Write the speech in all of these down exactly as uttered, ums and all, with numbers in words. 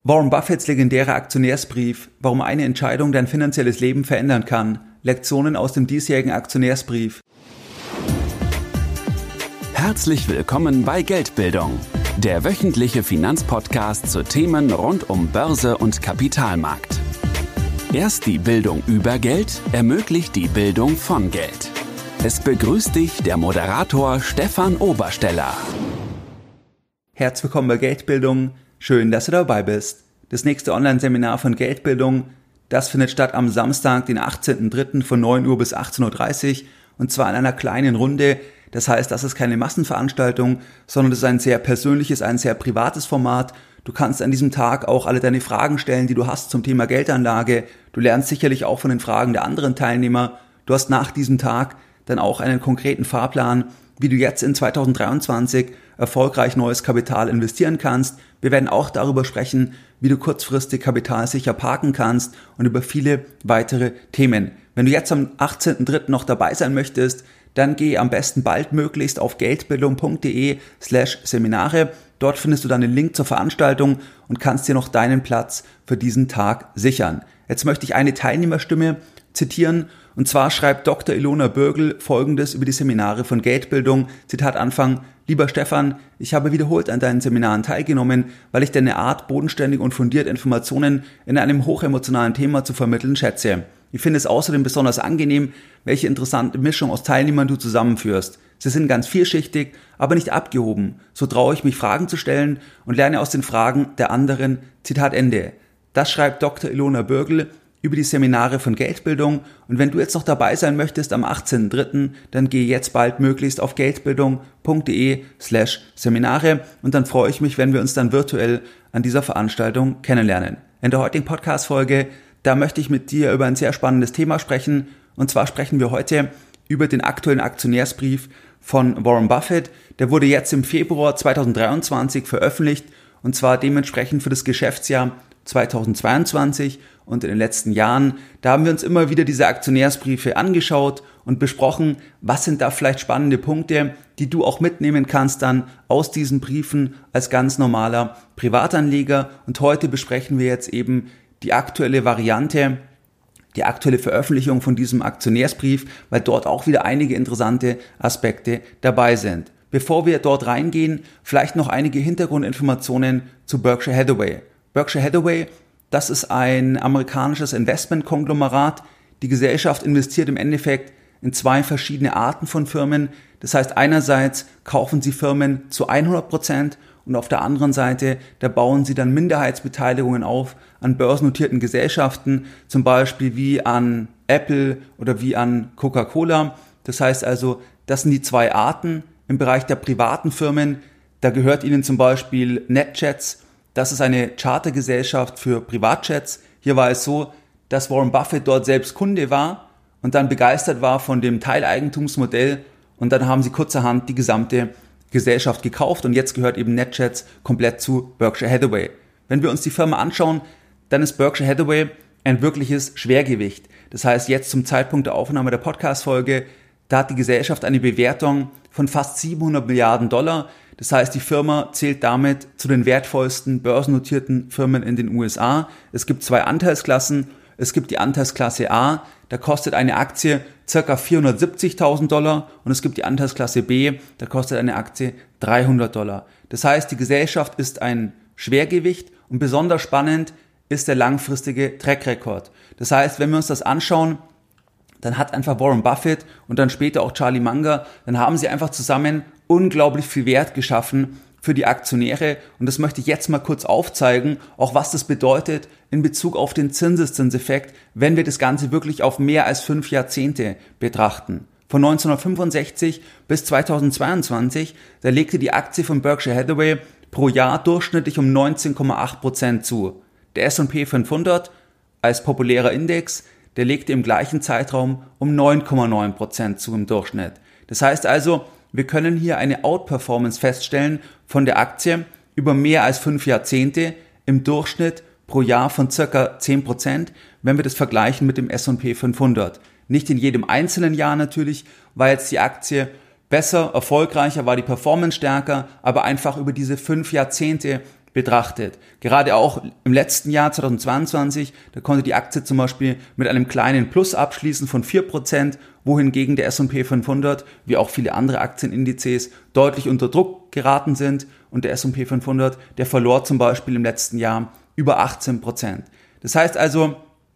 Warren Buffetts legendärer Aktionärsbrief, warum eine Entscheidung dein finanzielles Leben verändern kann. Lektionen aus dem diesjährigen Aktionärsbrief. Herzlich willkommen bei Geldbildung, der wöchentliche Finanzpodcast zu Themen rund um Börse und Kapitalmarkt. Erst die Bildung über Geld ermöglicht die Bildung von Geld. Es begrüßt dich der Moderator Stefan Obersteller. Herzlich willkommen bei Geldbildung. Schön, dass du dabei bist. Das nächste Online-Seminar von Geldbildung, das findet statt am Samstag, den achtzehnten dritten von neun Uhr bis achtzehn Uhr dreißig und zwar in einer kleinen Runde. Das heißt, das ist keine Massenveranstaltung, sondern das ist ein sehr persönliches, ein sehr privates Format. Du kannst an diesem Tag auch alle deine Fragen stellen, die du hast zum Thema Geldanlage. Du lernst sicherlich auch von den Fragen der anderen Teilnehmer. Du hast nach diesem Tag dann auch einen konkreten Fahrplan, wie du jetzt in zweitausenddreiundzwanzig erfolgreich neues Kapital investieren kannst. Wir werden auch darüber sprechen, wie du kurzfristig Kapital sicher parken kannst und über viele weitere Themen. Wenn du jetzt am achtzehnten dritten noch dabei sein möchtest, dann geh am besten baldmöglichst auf geldbildung.de slash Seminare. Dort findest du dann den Link zur Veranstaltung und kannst dir noch deinen Platz für diesen Tag sichern. Jetzt möchte ich eine Teilnehmerstimme zitieren. Und zwar schreibt Doktor Ilona Bürgel Folgendes über die Seminare von Geldbildung. Zitat Anfang: Lieber Stefan, ich habe wiederholt an deinen Seminaren teilgenommen, weil ich deine Art, bodenständig und fundiert Informationen in einem hochemotionalen Thema zu vermitteln schätze. Ich finde es außerdem besonders angenehm, welche interessante Mischung aus Teilnehmern du zusammenführst. Sie sind ganz vielschichtig, aber nicht abgehoben. So traue ich mich, Fragen zu stellen und lerne aus den Fragen der anderen. Zitat Ende. Das schreibt Doktor Ilona Bürgel über die Seminare von Geldbildung. Und wenn du jetzt noch dabei sein möchtest am achtzehnten dritten, dann geh jetzt baldmöglichst auf geldbildung.de slash Seminare und dann freue ich mich, wenn wir uns dann virtuell an dieser Veranstaltung kennenlernen. In der heutigen Podcast-Folge, da möchte ich mit dir über ein sehr spannendes Thema sprechen. Und zwar sprechen wir heute über den aktuellen Aktionärsbrief von Warren Buffett. Der wurde jetzt im Februar zweitausenddreiundzwanzig veröffentlicht und zwar dementsprechend für das Geschäftsjahr zweitausendzweiundzwanzig und in den letzten Jahren. Da haben wir uns immer wieder diese Aktionärsbriefe angeschaut und besprochen, was sind da vielleicht spannende Punkte, die du auch mitnehmen kannst dann aus diesen Briefen als ganz normaler Privatanleger. Und heute besprechen wir jetzt eben die aktuelle Variante, die aktuelle Veröffentlichung von diesem Aktionärsbrief, weil dort auch wieder einige interessante Aspekte dabei sind. Bevor wir dort reingehen, vielleicht noch einige Hintergrundinformationen zu Berkshire Hathaway. Berkshire Hathaway, das ist ein amerikanisches Investmentkonglomerat. Die Gesellschaft investiert im Endeffekt in zwei verschiedene Arten von Firmen. Das heißt, einerseits kaufen sie Firmen zu hundert Prozent und auf der anderen Seite, da bauen sie dann Minderheitsbeteiligungen auf an börsennotierten Gesellschaften, zum Beispiel wie an Apple oder wie an Coca-Cola. Das heißt also, das sind die zwei Arten. Im Bereich der privaten Firmen, da gehört ihnen zum Beispiel NetJets. Das ist eine Chartergesellschaft für Privatjets. Hier war es so, dass Warren Buffett dort selbst Kunde war und dann begeistert war von dem Teileigentumsmodell und dann haben sie kurzerhand die gesamte Gesellschaft gekauft und jetzt gehört eben NetJets komplett zu Berkshire Hathaway. Wenn wir uns die Firma anschauen, dann ist Berkshire Hathaway ein wirkliches Schwergewicht. Das heißt, jetzt zum Zeitpunkt der Aufnahme der Podcast-Folge, da hat die Gesellschaft eine Bewertung von fast siebenhundert Milliarden Dollar. Das heißt, die Firma zählt damit zu den wertvollsten börsennotierten Firmen in den U S A. Es gibt zwei Anteilsklassen. Es gibt die Anteilsklasse A, da kostet eine Aktie ca. vierhundertsiebzigtausend Dollar und es gibt die Anteilsklasse B, da kostet eine Aktie dreihundert Dollar. Das heißt, die Gesellschaft ist ein Schwergewicht und besonders spannend ist der langfristige Track Record. Das heißt, wenn wir uns das anschauen, dann hat einfach Warren Buffett und dann später auch Charlie Munger, dann haben sie einfach zusammen unglaublich viel Wert geschaffen für die Aktionäre und das möchte ich jetzt mal kurz aufzeigen, auch was das bedeutet in Bezug auf den Zinseszinseffekt, wenn wir das Ganze wirklich auf mehr als fünf Jahrzehnte betrachten. Von neunzehnhundertfünfundsechzig bis zweitausendzweiundzwanzig, da legte die Aktie von Berkshire Hathaway pro Jahr durchschnittlich um neunzehn Komma acht Prozent zu. Der S und P fünfhundert als populärer Index, der legte im gleichen Zeitraum um neun Komma neun Prozent zu im Durchschnitt. Das heißt also, wir können hier eine Outperformance feststellen von der Aktie über mehr als fünf Jahrzehnte im Durchschnitt pro Jahr von circa zehn Prozent, wenn wir das vergleichen mit dem S und P fünfhundert. Nicht in jedem einzelnen Jahr natürlich, war jetzt die Aktie besser, erfolgreicher, war die Performance stärker, aber einfach über diese fünf Jahrzehnte betrachtet. Gerade auch im letzten Jahr zweitausendzweiundzwanzig, da konnte die Aktie zum Beispiel mit einem kleinen Plus abschließen von vier Prozent, wohingegen der S und P fünfhundert, wie auch viele andere Aktienindizes, deutlich unter Druck geraten sind und der S und P fünfhundert, der verlor zum Beispiel im letzten Jahr über achtzehn Prozent. Das heißt also,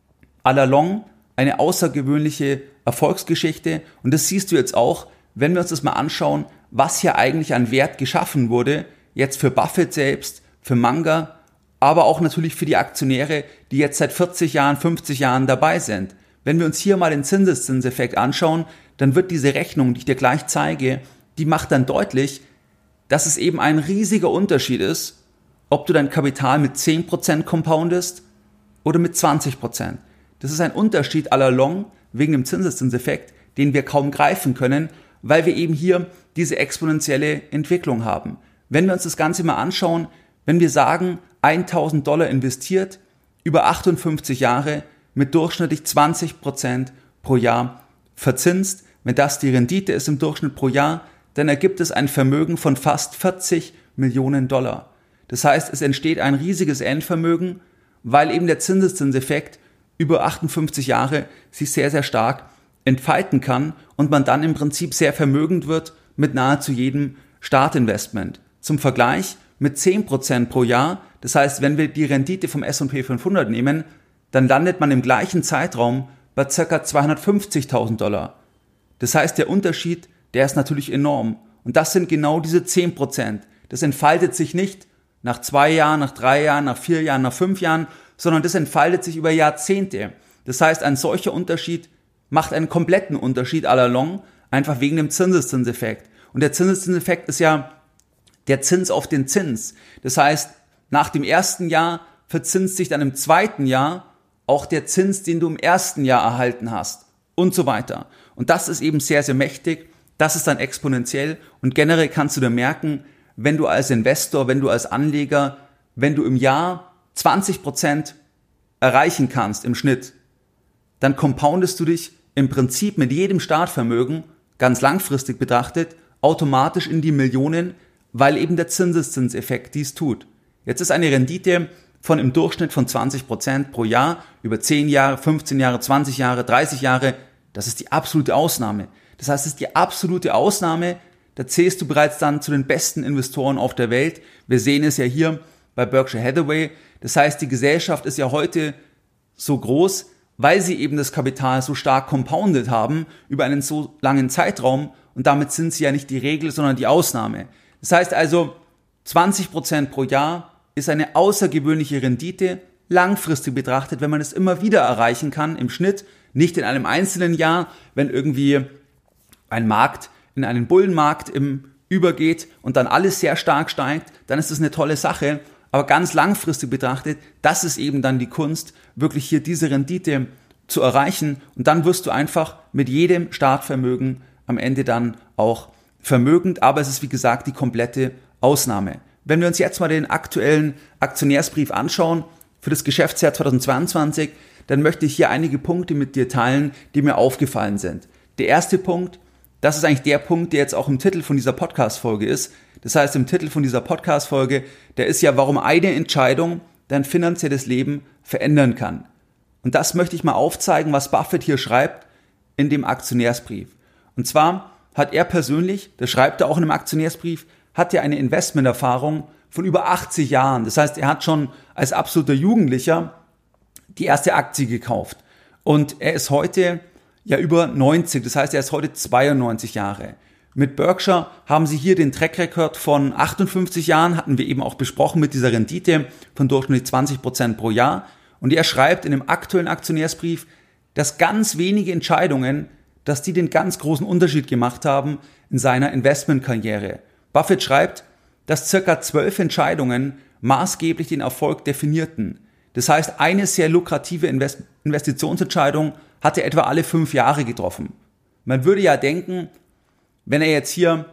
à la longue eine außergewöhnliche Erfolgsgeschichte und das siehst du jetzt auch, wenn wir uns das mal anschauen, was hier eigentlich an Wert geschaffen wurde, jetzt für Buffett selbst, für Munger, aber auch natürlich für die Aktionäre, die jetzt seit vierzig Jahren, fünfzig Jahren dabei sind. Wenn wir uns hier mal den Zinseszinseffekt anschauen, dann wird diese Rechnung, die ich dir gleich zeige, die macht dann deutlich, dass es eben ein riesiger Unterschied ist, ob du dein Kapital mit zehn Prozent compoundest oder mit zwanzig Prozent. Das ist ein Unterschied à la longue wegen dem Zinseszinseffekt, den wir kaum greifen können, weil wir eben hier diese exponentielle Entwicklung haben. Wenn wir uns das Ganze mal anschauen, wenn wir sagen, tausend Dollar investiert, über achtundfünfzig Jahre mit durchschnittlich zwanzig Prozent pro Jahr verzinst, wenn das die Rendite ist im Durchschnitt pro Jahr, dann ergibt es ein Vermögen von fast vierzig Millionen Dollar. Das heißt, es entsteht ein riesiges Endvermögen, weil eben der Zinseszinseffekt über achtundfünfzig Jahre sich sehr, sehr stark entfalten kann und man dann im Prinzip sehr vermögend wird mit nahezu jedem Startinvestment. Zum Vergleich mit zehn Prozent pro Jahr, das heißt, wenn wir die Rendite vom S und P fünfhundert nehmen, dann landet man im gleichen Zeitraum bei ca. zweihundertfünfzigtausend Dollar. Das heißt, der Unterschied, der ist natürlich enorm. Und das sind genau diese zehn Prozent. Das entfaltet sich nicht nach zwei Jahren, nach drei Jahren, nach vier Jahren, nach fünf Jahren, sondern das entfaltet sich über Jahrzehnte. Das heißt, ein solcher Unterschied macht einen kompletten Unterschied à la longue, einfach wegen dem Zinseszinseffekt. Und der Zinseszinseffekt ist ja der Zins auf den Zins. Das heißt, nach dem ersten Jahr verzinst sich dann im zweiten Jahr auch der Zins, den du im ersten Jahr erhalten hast und so weiter. Und das ist eben sehr, sehr mächtig. Das ist dann exponentiell und generell kannst du dir merken, wenn du als Investor, wenn du als Anleger, wenn du im Jahr zwanzig Prozent erreichen kannst im Schnitt, dann compoundest du dich im Prinzip mit jedem Startvermögen, ganz langfristig betrachtet, automatisch in die Millionen, weil eben der Zinseszinseffekt dies tut. Jetzt ist eine Rendite von im Durchschnitt von zwanzig Prozent pro Jahr über zehn Jahre, fünfzehn Jahre, zwanzig Jahre, dreißig Jahre, das ist die absolute Ausnahme. Das heißt, es ist die absolute Ausnahme, da zählst du bereits dann zu den besten Investoren auf der Welt. Wir sehen es ja hier bei Berkshire Hathaway. Das heißt, die Gesellschaft ist ja heute so groß, weil sie eben das Kapital so stark compoundet haben über einen so langen Zeitraum und damit sind sie ja nicht die Regel, sondern die Ausnahme. Das heißt also, zwanzig Prozent pro Jahr ist eine außergewöhnliche Rendite, langfristig betrachtet, wenn man es immer wieder erreichen kann, im Schnitt, nicht in einem einzelnen Jahr, wenn irgendwie ein Markt in einen Bullenmarkt im übergeht und dann alles sehr stark steigt, dann ist das eine tolle Sache, aber ganz langfristig betrachtet, das ist eben dann die Kunst, wirklich hier diese Rendite zu erreichen und dann wirst du einfach mit jedem Startvermögen am Ende dann auch vermögend, aber es ist wie gesagt die komplette Ausnahme. Wenn wir uns jetzt mal den aktuellen Aktionärsbrief anschauen für das Geschäftsjahr zweitausendzweiundzwanzig, dann möchte ich hier einige Punkte mit dir teilen, die mir aufgefallen sind. Der erste Punkt, das ist eigentlich der Punkt, der jetzt auch im Titel von dieser Podcast-Folge ist. Das heißt, im Titel von dieser Podcast-Folge, der ist ja, warum eine Entscheidung dein finanzielles Leben verändern kann. Und das möchte ich mal aufzeigen, was Buffett hier schreibt in dem Aktionärsbrief. Und zwar hat er persönlich, das schreibt er auch in einem Aktionärsbrief, hat ja eine Investmenterfahrung von über achtzig Jahren. Das heißt, er hat schon als absoluter Jugendlicher die erste Aktie gekauft. Und er ist heute ja über neunzig, das heißt, er ist heute zweiundneunzig Jahre. Mit Berkshire haben sie hier den Track Record von achtundfünfzig Jahren, hatten wir eben auch besprochen mit dieser Rendite von durchschnittlich zwanzig Prozent pro Jahr. Und er schreibt in dem aktuellen Aktionärsbrief, dass ganz wenige Entscheidungen, dass die den ganz großen Unterschied gemacht haben in seiner Investmentkarriere. Buffett schreibt, dass circa zwölf Entscheidungen maßgeblich den Erfolg definierten. Das heißt, eine sehr lukrative Invest- Investitionsentscheidung hat er etwa alle fünf Jahre getroffen. Man würde ja denken, wenn er jetzt hier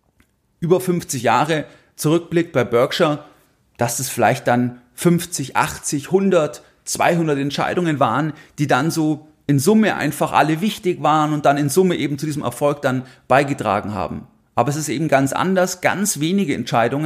über fünfzig Jahre zurückblickt bei Berkshire, dass es vielleicht dann fünfzig, achtzig, hundert, zweihundert Entscheidungen waren, die dann so in Summe einfach alle wichtig waren und dann in Summe eben zu diesem Erfolg dann beigetragen haben. Aber es ist eben ganz anders, ganz wenige Entscheidungen,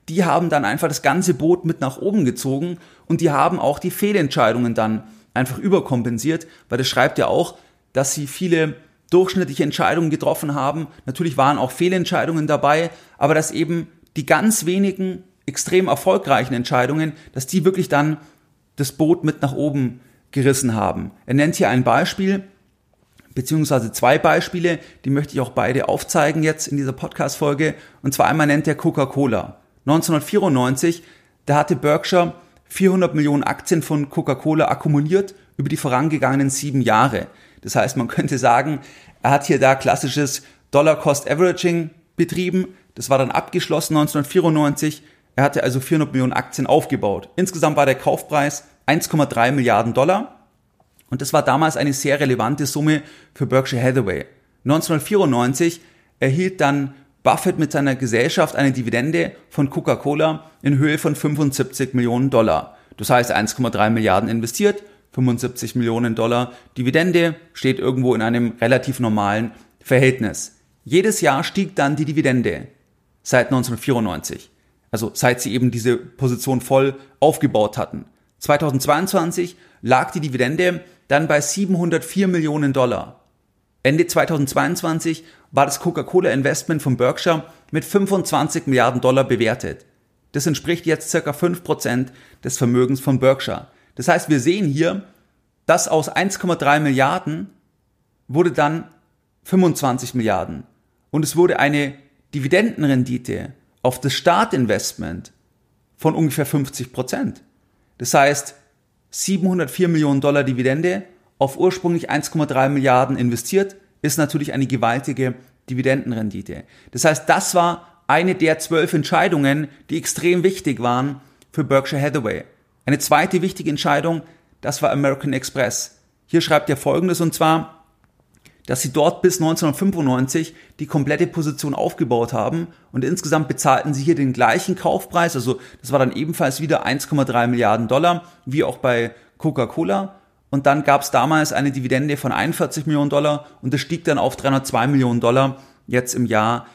die haben dann einfach das ganze Boot mit nach oben gezogen und die haben auch die Fehlentscheidungen dann einfach überkompensiert, weil das schreibt ja auch, dass sie viele durchschnittliche Entscheidungen getroffen haben. Natürlich waren auch Fehlentscheidungen dabei, aber dass eben die ganz wenigen extrem erfolgreichen Entscheidungen, dass die wirklich dann das Boot mit nach oben gerissen haben. Er nennt hier ein Beispiel, beziehungsweise zwei Beispiele, die möchte ich auch beide aufzeigen jetzt in dieser Podcast-Folge. Und zwar einmal nennt er Coca-Cola. neunzehnhundertvierundneunzig, da hatte Berkshire vierhundert Millionen Aktien von Coca-Cola akkumuliert über die vorangegangenen sieben Jahre. Das heißt, man könnte sagen, er hat hier da klassisches Dollar-Cost-Averaging betrieben. Das war dann abgeschlossen neunzehnhundertvierundneunzig. Er hatte also vierhundert Millionen Aktien aufgebaut. Insgesamt war der Kaufpreis eins Komma drei Milliarden Dollar. Und das war damals eine sehr relevante Summe für Berkshire Hathaway. neunzehnhundertvierundneunzig erhielt dann Buffett mit seiner Gesellschaft eine Dividende von Coca-Cola in Höhe von fünfundsiebzig Millionen Dollar. Das heißt eins Komma drei Milliarden investiert, fünfundsiebzig Millionen Dollar Dividende, steht irgendwo in einem relativ normalen Verhältnis. Jedes Jahr stieg dann die Dividende seit neunzehnhundertvierundneunzig. Also seit sie eben diese Position voll aufgebaut hatten. zweitausendzweiundzwanzig lag die Dividende dann bei siebenhundertvier Millionen Dollar. Ende zweitausendzweiundzwanzig war das Coca-Cola-Investment von Berkshire mit fünfundzwanzig Milliarden Dollar bewertet. Das entspricht jetzt ca. fünf Prozent des Vermögens von Berkshire. Das heißt, wir sehen hier, dass aus eins Komma drei Milliarden wurde dann fünfundzwanzig Milliarden. Und es wurde eine Dividendenrendite auf das Startinvestment von ungefähr fünfzig Prozent. Das heißt, siebenhundertvier Millionen Dollar Dividende auf ursprünglich eins Komma drei Milliarden investiert, ist natürlich eine gewaltige Dividendenrendite. Das heißt, das war eine der zwölf Entscheidungen, die extrem wichtig waren für Berkshire Hathaway. Eine zweite wichtige Entscheidung, das war American Express. Hier schreibt er Folgendes, und zwar, dass sie dort bis neunzehnhundertfünfundneunzig die komplette Position aufgebaut haben und insgesamt bezahlten sie hier den gleichen Kaufpreis, also das war dann ebenfalls wieder eins Komma drei Milliarden Dollar, wie auch bei Coca-Cola. Und dann gab es damals eine Dividende von einundvierzig Millionen Dollar und das stieg dann auf dreihundertzwei Millionen Dollar jetzt im Jahr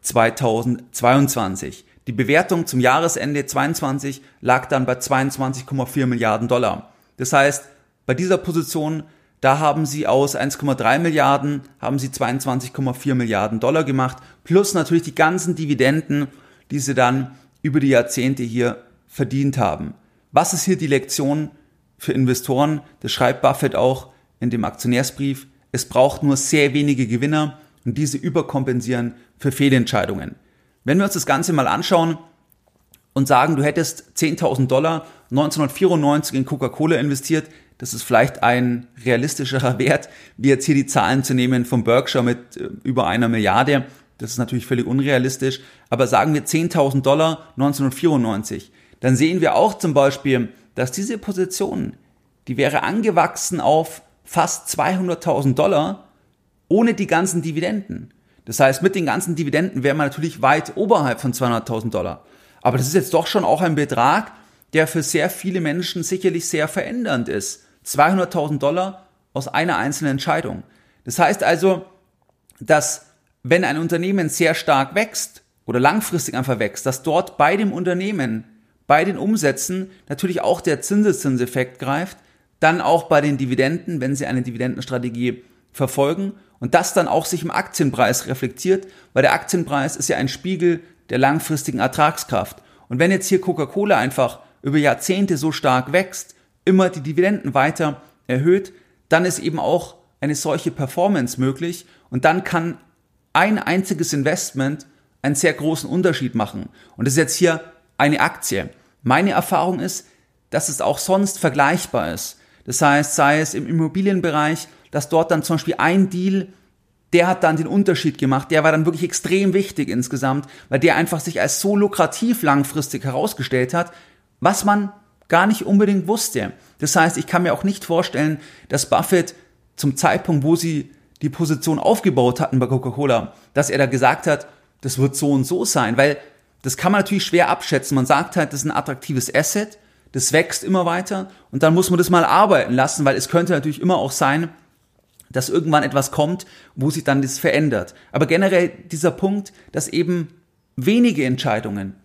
zweitausendzweiundzwanzig. Die Bewertung zum Jahresende zweiundzwanzig lag dann bei zweiundzwanzig Komma vier Milliarden Dollar. Das heißt, bei dieser Position, da haben sie aus eins Komma drei Milliarden, haben sie zweiundzwanzig Komma vier Milliarden Dollar gemacht, plus natürlich die ganzen Dividenden, die sie dann über die Jahrzehnte hier verdient haben. Was ist hier die Lektion für Investoren? Das schreibt Buffett auch in dem Aktionärsbrief. Es braucht nur sehr wenige Gewinner und diese überkompensieren für Fehlentscheidungen. Wenn wir uns das Ganze mal anschauen und sagen, du hättest zehntausend Dollar neunzehnhundertvierundneunzig in Coca-Cola investiert, das ist vielleicht ein realistischerer Wert, wie jetzt hier die Zahlen zu nehmen von Berkshire mit äh, über einer Milliarde. Das ist natürlich völlig unrealistisch. Aber sagen wir zehntausend Dollar neunzehnhundertvierundneunzig, dann sehen wir auch zum Beispiel, dass diese Position, die wäre angewachsen auf fast zweihunderttausend Dollar ohne die ganzen Dividenden. Das heißt, mit den ganzen Dividenden wäre man natürlich weit oberhalb von zweihunderttausend Dollar. Aber das ist jetzt doch schon auch ein Betrag, der für sehr viele Menschen sicherlich sehr verändernd ist. zweihunderttausend Dollar aus einer einzelnen Entscheidung. Das heißt also, dass wenn ein Unternehmen sehr stark wächst oder langfristig einfach wächst, dass dort bei dem Unternehmen, bei den Umsätzen natürlich auch der Zinseszinseffekt greift, dann auch bei den Dividenden, wenn sie eine Dividendenstrategie verfolgen und das dann auch sich im Aktienpreis reflektiert, weil der Aktienpreis ist ja ein Spiegel der langfristigen Ertragskraft. Und wenn jetzt hier Coca-Cola einfach über Jahrzehnte so stark wächst, immer die Dividenden weiter erhöht, dann ist eben auch eine solche Performance möglich und dann kann ein einziges Investment einen sehr großen Unterschied machen. Und das ist jetzt hier eine Aktie. Meine Erfahrung ist, dass es auch sonst vergleichbar ist. Das heißt, sei es im Immobilienbereich, dass dort dann zum Beispiel ein Deal, der hat dann den Unterschied gemacht, der war dann wirklich extrem wichtig insgesamt, weil der einfach sich als so lukrativ langfristig herausgestellt hat, was man gar nicht unbedingt wusste. Das heißt, ich kann mir auch nicht vorstellen, dass Buffett zum Zeitpunkt, wo sie die Position aufgebaut hatten bei Coca-Cola, dass er da gesagt hat, das wird so und so sein, weil das kann man natürlich schwer abschätzen. Man sagt halt, das ist ein attraktives Asset, das wächst immer weiter und dann muss man das mal arbeiten lassen, weil es könnte natürlich immer auch sein, dass irgendwann etwas kommt, wo sich dann das verändert. Aber generell dieser Punkt, dass eben wenige Entscheidungen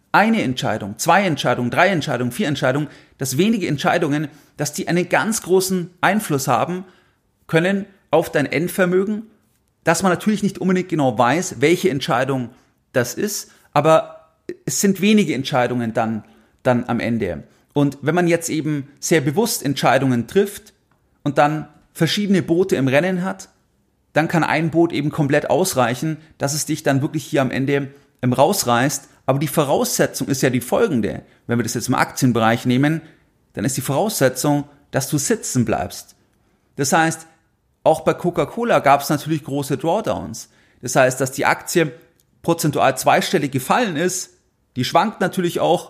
eine Entscheidung, zwei Entscheidungen, drei Entscheidungen, vier Entscheidungen, dass wenige Entscheidungen, dass die einen ganz großen Einfluss haben können auf dein Endvermögen, dass man natürlich nicht unbedingt genau weiß, welche Entscheidung das ist, aber es sind wenige Entscheidungen dann, dann am Ende. Und wenn man jetzt eben sehr bewusst Entscheidungen trifft und dann verschiedene Boote im Rennen hat, dann kann ein Boot eben komplett ausreichen, dass es dich dann wirklich hier am Ende ähm, rausreißt. Aber die Voraussetzung ist ja die folgende. Wenn wir das jetzt im Aktienbereich nehmen, dann ist die Voraussetzung, dass du sitzen bleibst. Das heißt, auch bei Coca-Cola gab es natürlich große Drawdowns. Das heißt, dass die Aktie prozentual zweistellig gefallen ist, die schwankt natürlich auch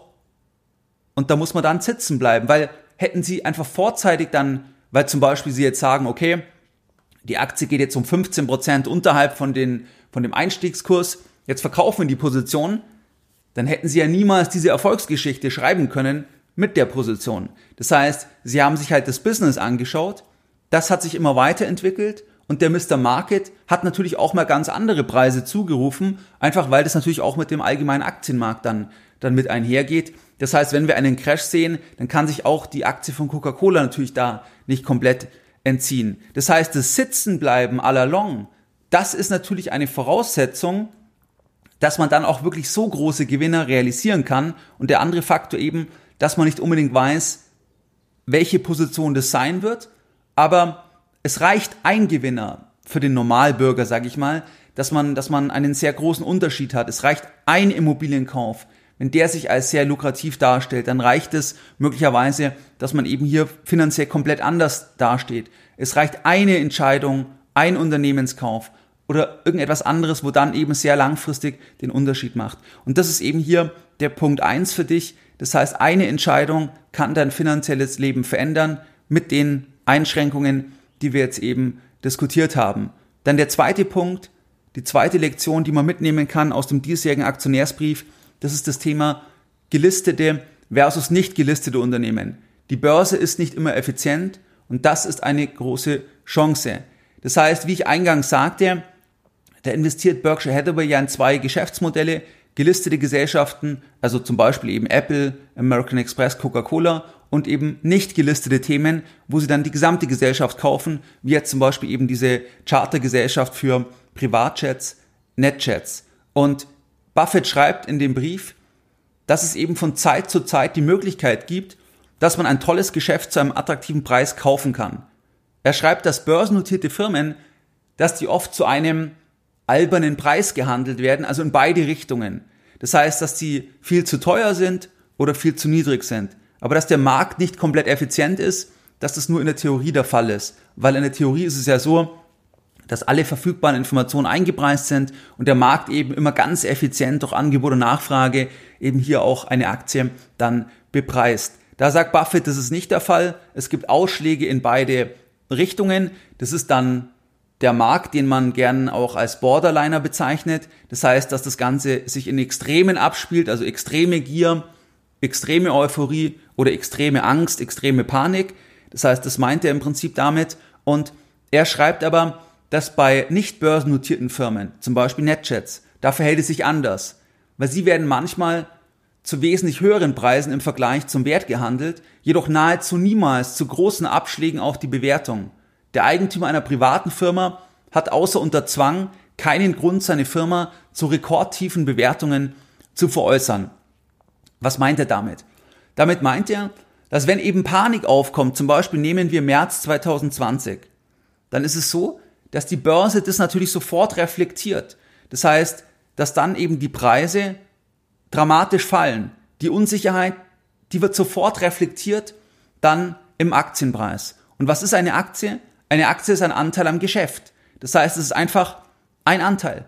und da muss man dann sitzen bleiben, weil hätten sie einfach vorzeitig dann, weil zum Beispiel sie jetzt sagen, okay, die Aktie geht jetzt um fünfzehn Prozent unterhalb von, den, von dem Einstiegskurs, jetzt verkaufen wir die Position, dann hätten sie ja niemals diese Erfolgsgeschichte schreiben können mit der Position. Das heißt, sie haben sich halt das Business angeschaut, das hat sich immer weiterentwickelt und der Mister Market hat natürlich auch mal ganz andere Preise zugerufen, einfach weil das natürlich auch mit dem allgemeinen Aktienmarkt dann, dann mit einhergeht. Das heißt, wenn wir einen Crash sehen, dann kann sich auch die Aktie von Coca-Cola natürlich da nicht komplett entziehen. Das heißt, das Sitzenbleiben à la long, das ist natürlich eine Voraussetzung, dass man dann auch wirklich so große Gewinner realisieren kann. Und der andere Faktor eben, dass man nicht unbedingt weiß, welche Position das sein wird, aber es reicht ein Gewinner für den Normalbürger, sage ich mal, dass man, dass man einen sehr großen Unterschied hat. Es reicht ein Immobilienkauf. Wenn der sich als sehr lukrativ darstellt, dann reicht es möglicherweise, dass man eben hier finanziell komplett anders dasteht. Es reicht eine Entscheidung, ein Unternehmenskauf oder irgendetwas anderes, wo dann eben sehr langfristig den Unterschied macht. Und das ist eben hier der Punkt eins für dich. Das heißt, eine Entscheidung kann dein finanzielles Leben verändern mit den Einschränkungen, die wir jetzt eben diskutiert haben. Dann der zweite Punkt, die zweite Lektion, die man mitnehmen kann aus dem diesjährigen Aktionärsbrief, das ist das Thema gelistete versus nicht gelistete Unternehmen. Die Börse ist nicht immer effizient und das ist eine große Chance. Das heißt, wie ich eingangs sagte, da investiert Berkshire Hathaway ja in zwei Geschäftsmodelle, gelistete Gesellschaften, also zum Beispiel eben Apple, American Express, Coca-Cola und eben nicht gelistete Themen, wo sie dann die gesamte Gesellschaft kaufen, wie jetzt zum Beispiel eben diese Chartergesellschaft für Privatjets, NetJets. Und Buffett schreibt in dem Brief, dass es eben von Zeit zu Zeit die Möglichkeit gibt, dass man ein tolles Geschäft zu einem attraktiven Preis kaufen kann. Er schreibt, dass börsennotierte Firmen, dass die oft zu einem albernen Preis gehandelt werden, also in beide Richtungen. Das heißt, dass die viel zu teuer sind oder viel zu niedrig sind. Aber dass der Markt nicht komplett effizient ist, dass das nur in der Theorie der Fall ist. Weil in der Theorie ist es ja so, dass alle verfügbaren Informationen eingepreist sind und der Markt eben immer ganz effizient durch Angebot und Nachfrage eben hier auch eine Aktie dann bepreist. Da sagt Buffett, das ist nicht der Fall. Es gibt Ausschläge in beide Richtungen. Das ist dann der Markt, den man gern auch als Borderliner bezeichnet. Das heißt, dass das Ganze sich in Extremen abspielt, also extreme Gier, extreme Euphorie oder extreme Angst, extreme Panik. Das heißt, das meint er im Prinzip damit. Und er schreibt aber, dass bei nicht börsennotierten Firmen, zum Beispiel NetJets, da verhält es sich anders. Weil sie werden manchmal zu wesentlich höheren Preisen im Vergleich zum Wert gehandelt, jedoch nahezu niemals zu großen Abschlägen auf die Bewertung. Der Eigentümer einer privaten Firma hat außer unter Zwang keinen Grund, seine Firma zu rekordtiefen Bewertungen zu veräußern. Was meint er damit? Damit meint er, dass wenn eben Panik aufkommt, zum Beispiel nehmen wir März zwanzig zwanzig, dann ist es so, dass die Börse das natürlich sofort reflektiert. Das heißt, dass dann eben die Preise dramatisch fallen. Die Unsicherheit, die wird sofort reflektiert dann im Aktienpreis. Und was ist eine Aktie? Eine Aktie ist ein Anteil am Geschäft. Das heißt, es ist einfach ein Anteil.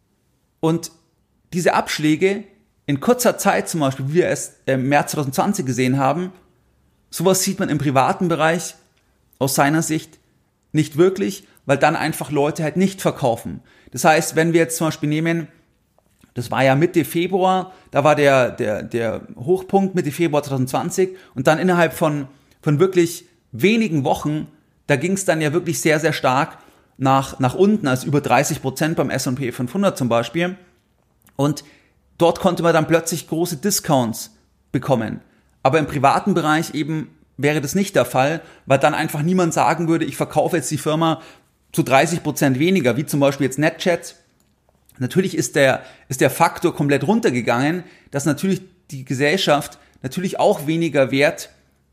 Und diese Abschläge in kurzer Zeit, zum Beispiel, wie wir es im März zwanzig zwanzig gesehen haben, sowas sieht man im privaten Bereich aus seiner Sicht nicht wirklich, weil dann einfach Leute halt nicht verkaufen. Das heißt, wenn wir jetzt zum Beispiel nehmen, das war ja Mitte Februar, da war der, der, der Hochpunkt Mitte Februar zwanzig zwanzig und dann innerhalb von, von wirklich wenigen Wochen, da ging es dann ja wirklich sehr, sehr stark nach, nach unten, also über dreißig Prozent beim S und P fünfhundert zum Beispiel. Und dort konnte man dann plötzlich große Discounts bekommen. Aber im privaten Bereich eben wäre das nicht der Fall, weil dann einfach niemand sagen würde, ich verkaufe jetzt die Firma zu dreißig Prozent weniger, wie zum Beispiel jetzt NetJets. Natürlich ist der, ist der Faktor komplett runtergegangen, dass natürlich die Gesellschaft natürlich auch weniger wert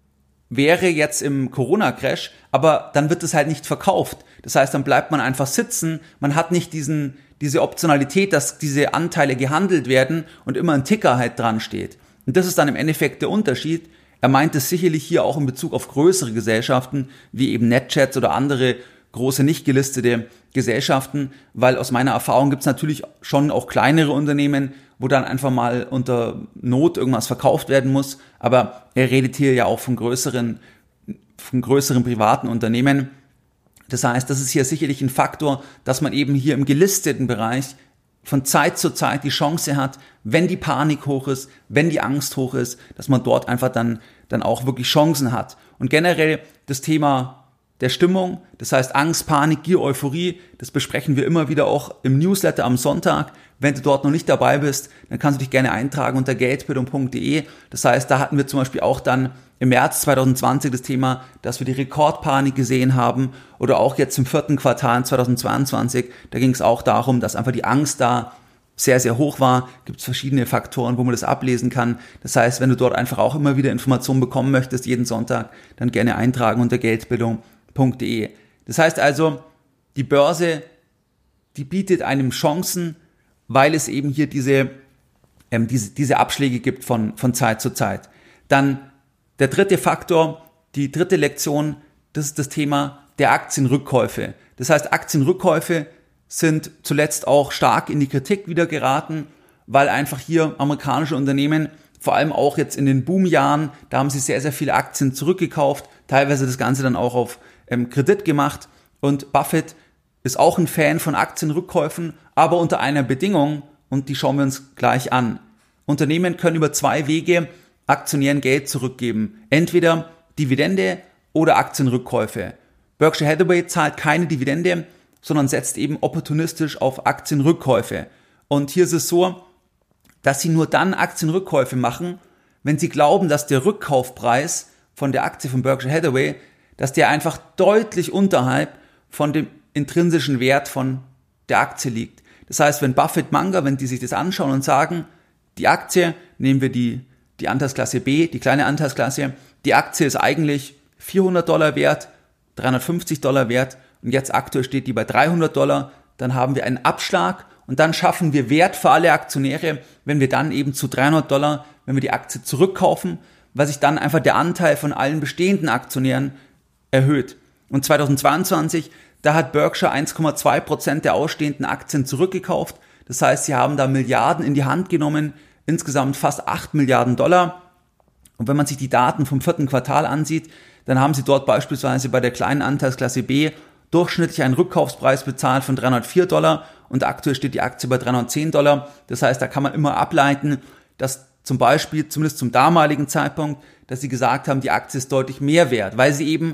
wäre jetzt im Corona-Crash, aber dann wird es halt nicht verkauft. Das heißt, dann bleibt man einfach sitzen, man hat nicht diesen, diese Optionalität, dass diese Anteile gehandelt werden und immer ein Ticker halt dran steht. Und das ist dann im Endeffekt der Unterschied. Er meint es sicherlich hier auch in Bezug auf größere Gesellschaften, wie eben NetJets oder andere große nicht gelistete Gesellschaften, weil aus meiner Erfahrung gibt es natürlich schon auch kleinere Unternehmen, wo dann einfach mal unter Not irgendwas verkauft werden muss, aber er redet hier ja auch von größeren, von größeren privaten Unternehmen. Das heißt, das ist hier sicherlich ein Faktor, dass man eben hier im gelisteten Bereich von Zeit zu Zeit die Chance hat, wenn die Panik hoch ist, wenn die Angst hoch ist, dass man dort einfach dann, dann auch wirklich Chancen hat. Und generell das Thema der Stimmung, das heißt Angst, Panik, Gier, Euphorie, das besprechen wir immer wieder auch im Newsletter am Sonntag. Wenn du dort noch nicht dabei bist, dann kannst du dich gerne eintragen unter geldbildung punkt de. Das heißt, da hatten wir zum Beispiel auch dann im März zwanzig zwanzig das Thema, dass wir die Rekordpanik gesehen haben oder auch jetzt im vierten Quartal zweitausendzweiundzwanzig, da ging es auch darum, dass einfach die Angst da sehr, sehr hoch war. Gibt es verschiedene Faktoren, wo man das ablesen kann. Das heißt, wenn du dort einfach auch immer wieder Informationen bekommen möchtest, jeden Sonntag, dann gerne eintragen unter geldbildung punkt de. Das heißt also, die Börse, die bietet einem Chancen, weil es eben hier diese, ähm, diese, diese Abschläge gibt von, von Zeit zu Zeit. Dann der dritte Faktor, die dritte Lektion, das ist das Thema der Aktienrückkäufe. Das heißt, Aktienrückkäufe sind zuletzt auch stark in die Kritik wieder geraten, weil einfach hier amerikanische Unternehmen, vor allem auch jetzt in den Boomjahren, da haben sie sehr, sehr viele Aktien zurückgekauft, teilweise das Ganze dann auch auf ähm, Kredit gemacht. Und Buffett ist auch ein Fan von Aktienrückkäufen, aber unter einer Bedingung, und die schauen wir uns gleich an. Unternehmen können über zwei Wege Aktionären Geld zurückgeben. Entweder Dividende oder Aktienrückkäufe. Berkshire Hathaway zahlt keine Dividende, sondern setzt eben opportunistisch auf Aktienrückkäufe. Und hier ist es so, dass sie nur dann Aktienrückkäufe machen, wenn sie glauben, dass der Rückkaufpreis von der Aktie von Berkshire Hathaway, dass der einfach deutlich unterhalb von dem intrinsischen Wert von der Aktie liegt. Das heißt, wenn Buffett, Munger, wenn die sich das anschauen und sagen, die Aktie, nehmen wir die, die Anteilsklasse B, die kleine Anteilsklasse, die Aktie ist eigentlich vierhundert Dollar wert, dreihundertfünfzig Dollar wert und jetzt aktuell steht die bei dreihundert Dollar, dann haben wir einen Abschlag und dann schaffen wir Wert für alle Aktionäre, wenn wir dann eben zu dreihundert Dollar, wenn wir die Aktie zurückkaufen, weil sich dann einfach der Anteil von allen bestehenden Aktionären erhöht. Und zweitausendzweiundzwanzig, da hat Berkshire eins Komma zwei Prozent der ausstehenden Aktien zurückgekauft. Das heißt, sie haben da Milliarden in die Hand genommen, insgesamt fast acht Milliarden Dollar. Und wenn man sich die Daten vom vierten Quartal ansieht, dann haben sie dort beispielsweise bei der kleinen Anteilsklasse B durchschnittlich einen Rückkaufspreis bezahlt von dreihundertvier Dollar und aktuell steht die Aktie bei dreihundertzehn Dollar. Das heißt, da kann man immer ableiten, dass zum Beispiel, zumindest zum damaligen Zeitpunkt, dass sie gesagt haben, die Aktie ist deutlich mehr wert, weil sie eben,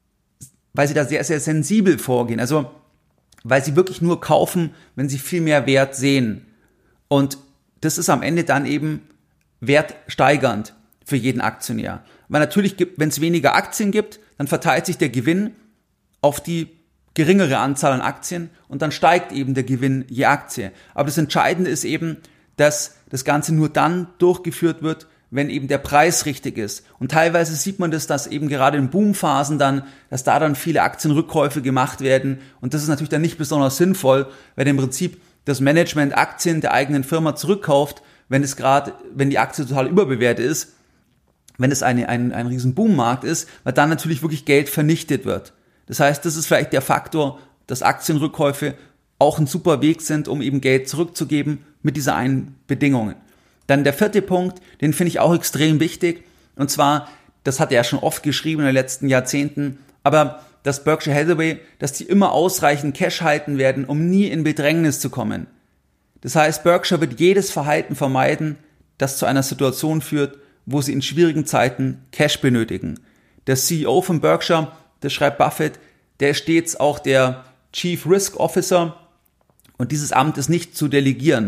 weil sie da sehr, sehr sensibel vorgehen. Also, weil sie wirklich nur kaufen, wenn sie viel mehr Wert sehen. Und das ist am Ende dann eben wertsteigernd für jeden Aktionär. Weil natürlich, wenn es weniger Aktien gibt, dann verteilt sich der Gewinn auf die geringere Anzahl an Aktien und dann steigt eben der Gewinn je Aktie. Aber das Entscheidende ist eben, dass das Ganze nur dann durchgeführt wird, wenn eben der Preis richtig ist. Und teilweise sieht man das, dass eben gerade in Boomphasen dann, dass da dann viele Aktienrückkäufe gemacht werden. Und das ist natürlich dann nicht besonders sinnvoll, weil im Prinzip das Management Aktien der eigenen Firma zurückkauft, wenn es gerade, wenn die Aktie total überbewertet ist, wenn es eine, ein, ein riesen Boommarkt ist, weil dann natürlich wirklich Geld vernichtet wird. Das heißt, das ist vielleicht der Faktor, dass Aktienrückkäufe auch ein super Weg sind, um eben Geld zurückzugeben mit dieser einen Bedingungen. Dann der vierte Punkt, den finde ich auch extrem wichtig, und zwar, das hat er ja schon oft geschrieben in den letzten Jahrzehnten, aber dass Berkshire Hathaway, dass die immer ausreichend Cash halten werden, um nie in Bedrängnis zu kommen. Das heißt, Berkshire wird jedes Verhalten vermeiden, das zu einer Situation führt, wo sie in schwierigen Zeiten Cash benötigen. Der C E O von Berkshire, das schreibt Buffett, der ist stets auch der Chief Risk Officer und dieses Amt ist nicht zu delegieren.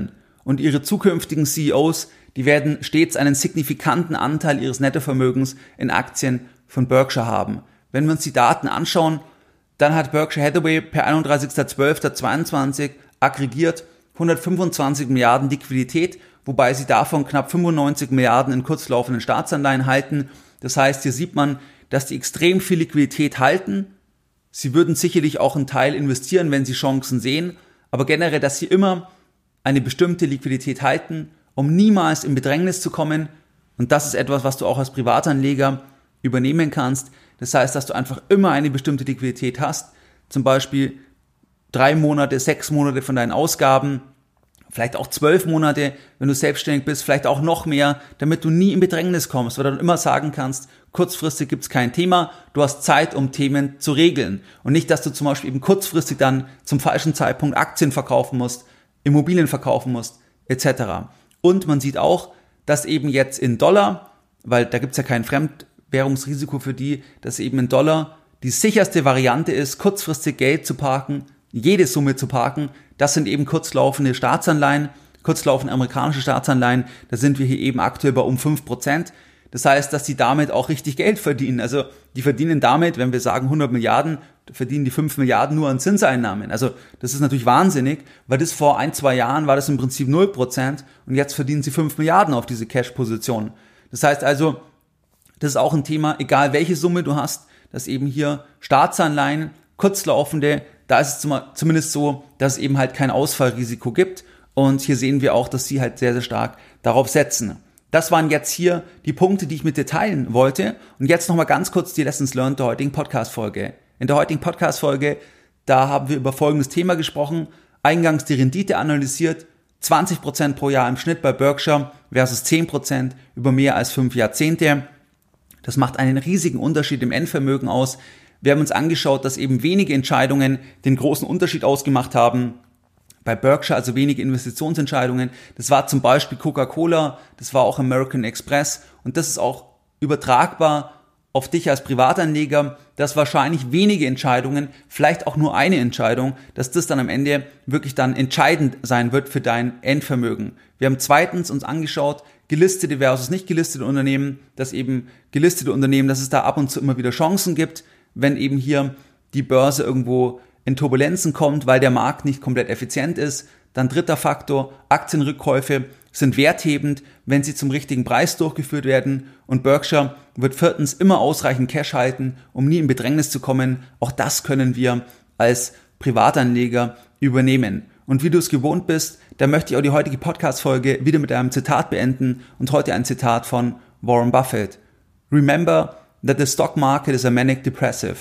und ihre zukünftigen C E Os, die werden stets einen signifikanten Anteil ihres Nettovermögens in Aktien von Berkshire haben. Wenn wir uns die Daten anschauen, dann hat Berkshire Hathaway per einunddreißigster zwölfter zweiundzwanzig aggregiert hundertfünfundzwanzig Milliarden Liquidität, wobei sie davon knapp fünfundneunzig Milliarden in kurzlaufenden Staatsanleihen halten. Das heißt, hier sieht man, dass die extrem viel Liquidität halten. Sie würden sicherlich auch einen Teil investieren, wenn sie Chancen sehen, aber generell, dass sie immer eine bestimmte Liquidität halten, um niemals in Bedrängnis zu kommen. Und das ist etwas, was du auch als Privatanleger übernehmen kannst. Das heißt, dass du einfach immer eine bestimmte Liquidität hast, zum Beispiel drei Monate, sechs Monate von deinen Ausgaben, vielleicht auch zwölf Monate, wenn du selbstständig bist, vielleicht auch noch mehr, damit du nie in Bedrängnis kommst, weil du dann immer sagen kannst, kurzfristig gibt es kein Thema, du hast Zeit, um Themen zu regeln. Und nicht, dass du zum Beispiel eben kurzfristig dann zum falschen Zeitpunkt Aktien verkaufen musst, Immobilien verkaufen musst, et cetera. Und man sieht auch, dass eben jetzt in Dollar, weil da gibt es ja kein Fremdwährungsrisiko für die, dass eben in Dollar die sicherste Variante ist, kurzfristig Geld zu parken, jede Summe zu parken. Das sind eben kurzlaufende Staatsanleihen, kurzlaufende amerikanische Staatsanleihen. Da sind wir hier eben aktuell bei um fünf Prozent. Das heißt, dass die damit auch richtig Geld verdienen. Also die verdienen damit, wenn wir sagen hundert Milliarden, verdienen die fünf Milliarden nur an Zinseinnahmen. Also das ist natürlich wahnsinnig, weil das vor ein, zwei Jahren war das im Prinzip null Prozent und jetzt verdienen sie fünf Milliarden auf diese Cash-Position. Das heißt also, das ist auch ein Thema, egal welche Summe du hast, dass eben hier Staatsanleihen, kurzlaufende, da ist es zumindest so, dass es eben halt kein Ausfallrisiko gibt. Und hier sehen wir auch, dass sie halt sehr, sehr stark darauf setzen. Das waren jetzt hier die Punkte, die ich mit dir teilen wollte. Und jetzt nochmal ganz kurz die Lessons Learned der heutigen Podcast-Folge. In der heutigen Podcast-Folge, da haben wir über folgendes Thema gesprochen. Eingangs die Rendite analysiert. zwanzig Prozent pro Jahr im Schnitt bei Berkshire versus zehn Prozent über mehr als fünf Jahrzehnte. Das macht einen riesigen Unterschied im Endvermögen aus. Wir haben uns angeschaut, dass eben wenige Entscheidungen den großen Unterschied ausgemacht haben. Bei Berkshire also wenige Investitionsentscheidungen. Das war zum Beispiel Coca-Cola, das war auch American Express und das ist auch übertragbar auf dich als Privatanleger, dass wahrscheinlich wenige Entscheidungen, vielleicht auch nur eine Entscheidung, dass das dann am Ende wirklich dann entscheidend sein wird für dein Endvermögen. Wir haben zweitens uns angeschaut, gelistete versus nicht gelistete Unternehmen, dass eben gelistete Unternehmen, dass es da ab und zu immer wieder Chancen gibt, wenn eben hier die Börse irgendwo in Turbulenzen kommt, weil der Markt nicht komplett effizient ist. Dann dritter Faktor, Aktienrückkäufe sind werthebend, wenn sie zum richtigen Preis durchgeführt werden. Und Berkshire wird viertens immer ausreichend Cash halten, um nie in Bedrängnis zu kommen. Auch das können wir als Privatanleger übernehmen. Und wie du es gewohnt bist, da möchte ich auch die heutige Podcast-Folge wieder mit einem Zitat beenden und heute ein Zitat von Warren Buffett. Remember that the stock market is a manic depressive.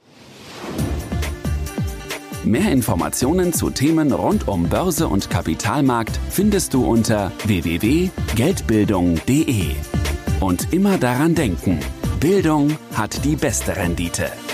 Mehr Informationen zu Themen rund um Börse und Kapitalmarkt findest du unter w w w punkt geldbildung punkt de. Und immer daran denken, Bildung hat die beste Rendite.